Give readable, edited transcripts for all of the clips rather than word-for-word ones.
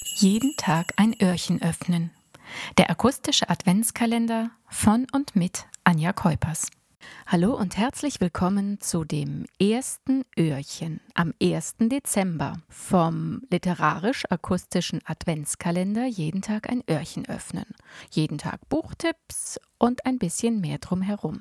Jeden Tag ein Öhrchen öffnen. Der akustische Adventskalender von und mit Anja Keupers. Hallo und herzlich willkommen zu dem ersten Öhrchen am 1. Dezember vom literarisch-akustischen Adventskalender Jeden Tag ein Öhrchen öffnen. Jeden Tag Buchtipps und ein bisschen mehr drumherum.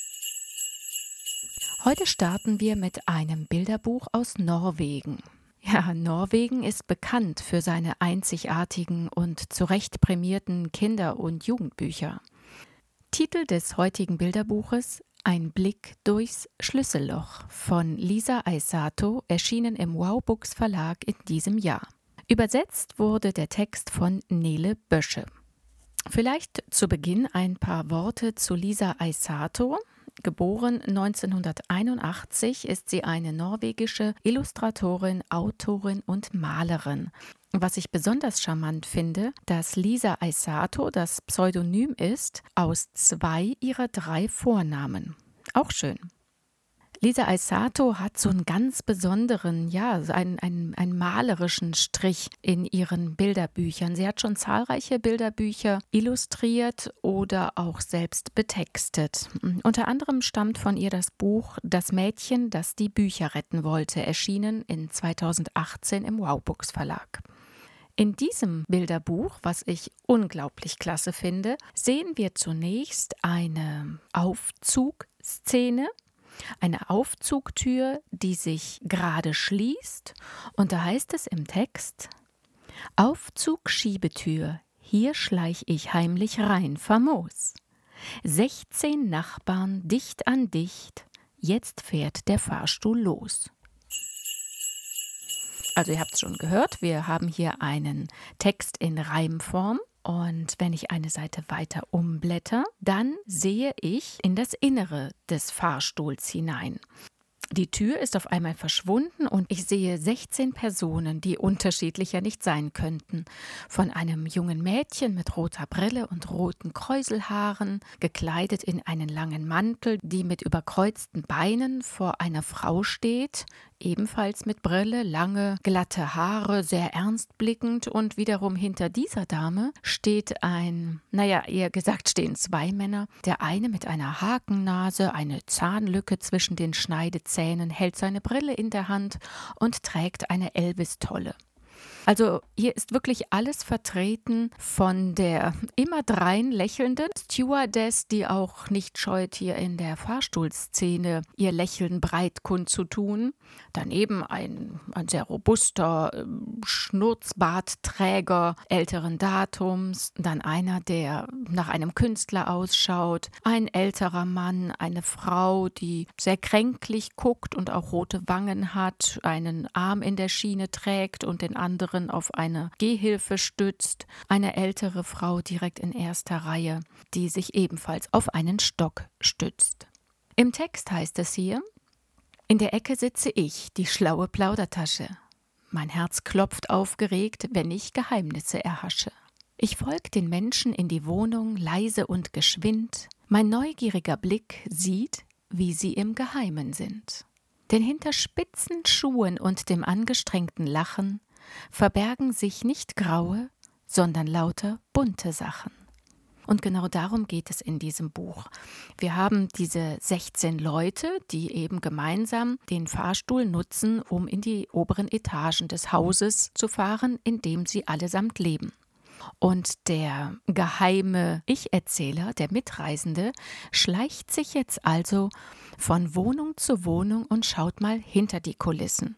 Heute starten wir mit einem Bilderbuch aus Norwegen. Ja, Norwegen ist bekannt für seine einzigartigen und zu Recht prämierten Kinder- und Jugendbücher. Titel des heutigen Bilderbuches: Ein Blick durchs Schlüsselloch von Lisa Eisato, erschienen im Wow Books Verlag in diesem Jahr. Übersetzt wurde der Text von Nele Bösche. Vielleicht zu Beginn ein paar Worte zu Lisa Eisato. Geboren 1981 ist sie eine norwegische Illustratorin, Autorin und Malerin. Was ich besonders charmant finde, dass Lisa Eisato das Pseudonym ist aus 2 ihrer 3 Vornamen. Auch schön. Lisa Eisato hat so einen ganz besonderen, einen malerischen Strich in ihren Bilderbüchern. Sie hat schon zahlreiche Bilderbücher illustriert oder auch selbst betextet. Unter anderem stammt von ihr das Buch Das Mädchen, das die Bücher retten wollte, erschienen in 2018 im Wow Books Verlag. In diesem Bilderbuch, was ich unglaublich klasse finde, sehen wir zunächst eine Aufzugszene. Eine Aufzugtür, die sich gerade schließt, und da heißt es im Text: Aufzug-Schiebetür, hier schleich ich heimlich rein, famos. 16 Nachbarn dicht an dicht, jetzt fährt der Fahrstuhl los. Also ihr habt es schon gehört, wir haben hier einen Text in Reimform. Und wenn ich eine Seite weiter umblätter, dann sehe ich in das Innere des Fahrstuhls hinein. Die Tür ist auf einmal verschwunden und ich sehe 16 Personen, die unterschiedlicher nicht sein könnten. Von einem jungen Mädchen mit roter Brille und roten Kräuselhaaren, gekleidet in einen langen Mantel, die mit überkreuzten Beinen vor einer Frau steht, ebenfalls mit Brille, lange, glatte Haare, sehr ernst blickend, und wiederum hinter dieser Dame steht eher gesagt stehen 2 Männer. Der eine mit einer Hakennase, eine Zahnlücke zwischen den Schneidezähnen, hält seine Brille in der Hand und trägt eine Elvis-Tolle. Also hier ist wirklich alles vertreten, von der immer drein lächelnden Stewardess, die auch nicht scheut, hier in der Fahrstuhlszene ihr Lächeln breit kundzutun. Daneben ein sehr robuster Schnurzbartträger älteren Datums. Dann einer, der nach einem Künstler ausschaut. Ein älterer Mann, eine Frau, die sehr kränklich guckt und auch rote Wangen hat, einen Arm in der Schiene trägt und den anderen auf eine Gehhilfe stützt, eine ältere Frau direkt in erster Reihe, die sich ebenfalls auf einen Stock stützt. Im Text heißt es hier: In der Ecke sitze ich, die schlaue Plaudertasche. Mein Herz klopft aufgeregt, wenn ich Geheimnisse erhasche. Ich folg den Menschen in die Wohnung, leise und geschwind. Mein neugieriger Blick sieht, wie sie im Geheimen sind. Denn hinter spitzen Schuhen und dem angestrengten Lachen verbergen sich nicht graue, sondern lauter bunte Sachen. Und genau darum geht es in diesem Buch. Wir haben diese 16 Leute, die eben gemeinsam den Fahrstuhl nutzen, um in die oberen Etagen des Hauses zu fahren, in dem sie allesamt leben. Und der geheime Ich-Erzähler, der Mitreisende, schleicht sich jetzt also von Wohnung zu Wohnung und schaut mal hinter die Kulissen.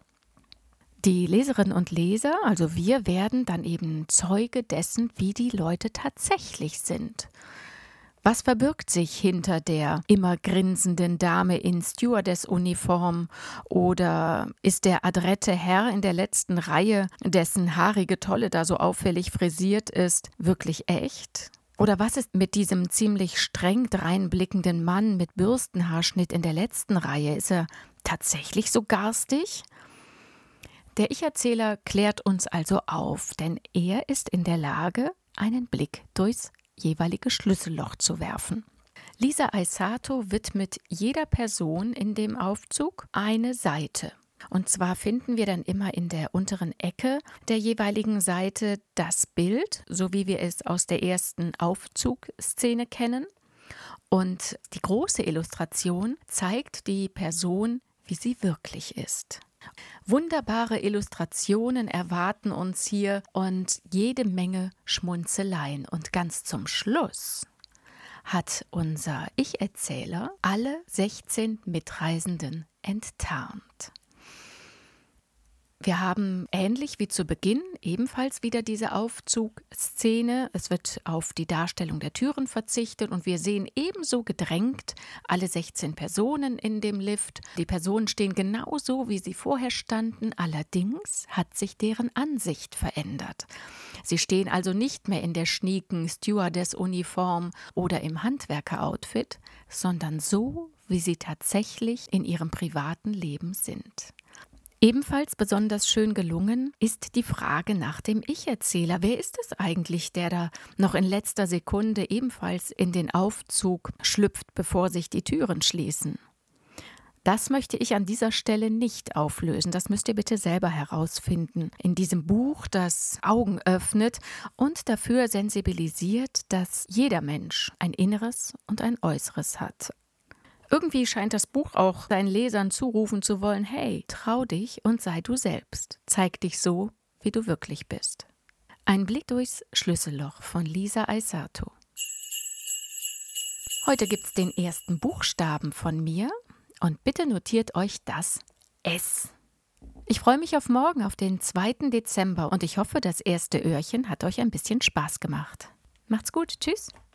Die Leserinnen und Leser, also wir, werden dann eben Zeuge dessen, wie die Leute tatsächlich sind. Was verbirgt sich hinter der immer grinsenden Dame in Stewardess-Uniform? Oder ist der adrette Herr in der letzten Reihe, dessen haarige Tolle da so auffällig frisiert ist, wirklich echt? Oder was ist mit diesem ziemlich streng dreinblickenden Mann mit Bürstenhaarschnitt in der letzten Reihe? Ist er tatsächlich so garstig? Der Ich-Erzähler klärt uns also auf, denn er ist in der Lage, einen Blick durchs jeweilige Schlüsselloch zu werfen. Lisa Eisato widmet jeder Person in dem Aufzug eine Seite. Und zwar finden wir dann immer in der unteren Ecke der jeweiligen Seite das Bild, so wie wir es aus der ersten Aufzugsszene kennen. Und die große Illustration zeigt die Person, wie sie wirklich ist. Wunderbare Illustrationen erwarten uns hier und jede Menge Schmunzeleien. Und ganz zum Schluss hat unser Ich-Erzähler alle 16 Mitreisenden enttarnt. Wir haben ähnlich wie zu Beginn ebenfalls wieder diese Aufzugsszene. Es wird auf die Darstellung der Türen verzichtet und wir sehen ebenso gedrängt alle 16 Personen in dem Lift. Die Personen stehen genauso, wie sie vorher standen, allerdings hat sich deren Ansicht verändert. Sie stehen also nicht mehr in der schnieken Stewardess-Uniform oder im Handwerker-Outfit, sondern so, wie sie tatsächlich in ihrem privaten Leben sind. Ebenfalls besonders schön gelungen ist die Frage nach dem Ich-Erzähler. Wer ist es eigentlich, der da noch in letzter Sekunde ebenfalls in den Aufzug schlüpft, bevor sich die Türen schließen? Das möchte ich an dieser Stelle nicht auflösen. Das müsst ihr bitte selber herausfinden. In diesem Buch, das Augen öffnet und dafür sensibilisiert, dass jeder Mensch ein Inneres und ein Äußeres hat. Irgendwie scheint das Buch auch seinen Lesern zurufen zu wollen, hey, trau dich und sei du selbst. Zeig dich so, wie du wirklich bist. Ein Blick durchs Schlüsselloch von Lisa Aisato. Heute gibt's den ersten Buchstaben von mir und bitte notiert euch das S. Ich freue mich auf morgen, auf den 2. Dezember und ich hoffe, das erste Öhrchen hat euch ein bisschen Spaß gemacht. Macht's gut, tschüss.